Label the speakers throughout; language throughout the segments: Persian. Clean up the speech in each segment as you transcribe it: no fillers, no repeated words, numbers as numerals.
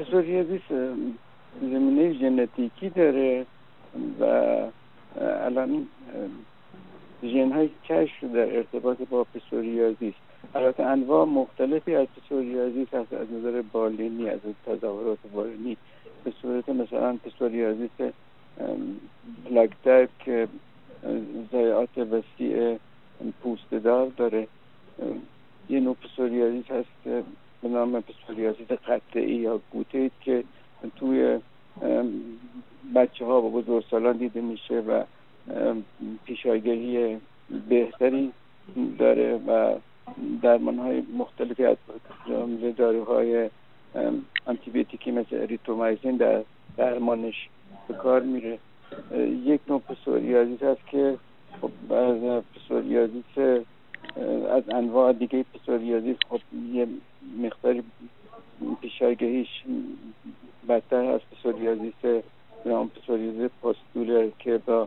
Speaker 1: پسوریازیس زمینه ژنتیکی داره و الان ژن های کشف شده در ارتباط با پسوریازیس. البته انواع مختلفی از پسوریازیس هست از نظر بالینی، از تظاهرات بالینی، به صورت مثلا پسوریازیس پلاگ تایپ که ضیعات وسیع پوست دار داره. یه نوع پسوریازیس هست که به نام پسوریازیس قطعی یا گوتید که توی بچه ها و بزرگسالان دیده میشه و پیشاگهی بهتری داره و درمان های مختلفی از جمله داروهای آنتیبیوتیکی مثل اریترومایسین در درمانش به کار میره. یک نوع پسوریازیس هست که خب از پسوریازیس از انواع دیگه پسوریازیس خب یه مقداری پیشاگهیش بدتر از پسوریازیس پسوریازیس پاستولر که با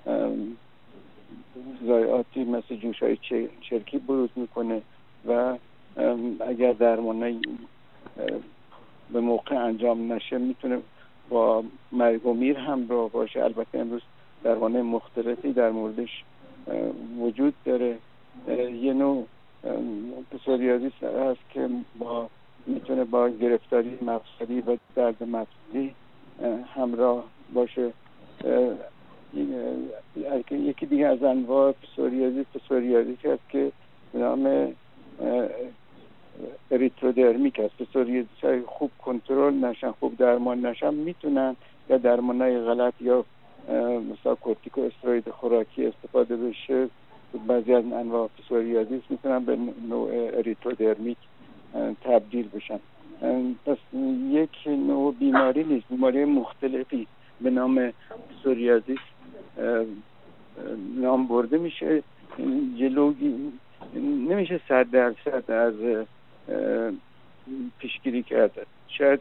Speaker 1: ضایعاتی مثل جوش‌های چرکی بروز میکنه و اگر درمانی به موقع انجام نشه میتونه با مرگ و میر همراه باشه. البته امروز درمان مختلفی در موردش وجود داره. یه نوع پسوریازیس هست که میتونه با گرفتاری مفصلی و درد مفصلی همراه باشه. یکی دیگه از انواع پسوریازیس هست که به نام اریترودرمیک هست. پسوریازیس های خوب کنترل نشن، خوب درمان نشن، میتونن یا درمان های غلط یا مثلا کورتیکو استروید خوراکی استفاده بشه، بعضی از انواع پسوریازیس میتونن به نوع اریترودرمیک تبدیل بشن. پس یک نوع بیماری نیست، بیماری مختلفی به نام پسوریازیس نام برده میشه. نمیشه 100% از پیشگیری کرد. شاید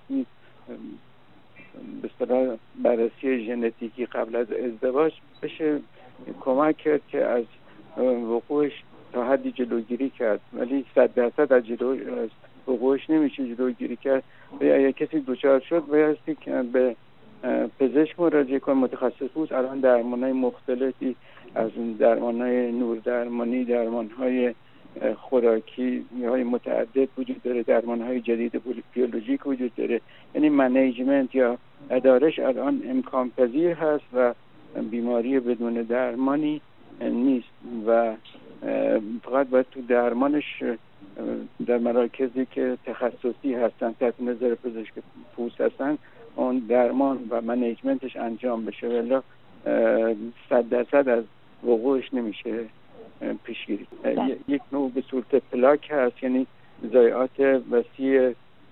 Speaker 1: به اصطلاح بررسی ژنتیکی قبل از ازدواج بشه کمک کرد که از وقوعش تا حدی جلوگیری کرد، ولی 100% از وقوعش نمیشه جلوگیری کرد. و اگر کسی دچار شد بایستی که به پزشک مراجعه کنه، متخصص بود. الان درمان‌های مختلفی از درمان‌های نوردرمانی، درمان‌های خوراکی های متعدد وجود داره، درمان‌های جدید بیولوژیک وجود داره. یعنی منیجمنت یا ادارش الان امکان پذیر هست و بیماری بدون درمانی نیست و فقط باید تو درمانش در مراکزی که تخصصی هستن تحت نظر پزشک پوست هستن اون درمان و منیجمنتش انجام بشه، ولی 100% از وقوعش نمیشه پیشگیری. یک نوع به صورت پلاک هست، یعنی ضایعات وسیع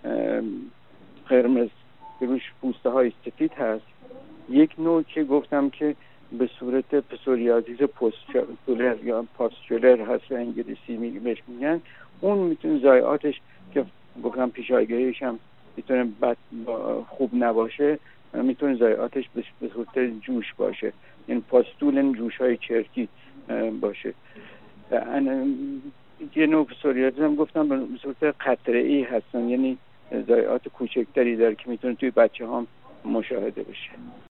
Speaker 1: قرمز که روش پوسته های سفید هست. یک نوع که گفتم که به صورت پسوریازیس پاستولر یا پاستولر هست به انگلیسی بهش میگن. اون میتونه ضایعاتش که گفتم پیشاگهیش هم میتونه خوب نباشه، میتونه ضایعاتش به صورت جوش باشه، یعنی پاستولن جوش های چرکی باشه. یه نوع پسوریازیس هم گفتم به صورت قطره‌ای هستن، یعنی ضایعات کوچکتری داره که میتونه توی بچه هم مشاهده بشه.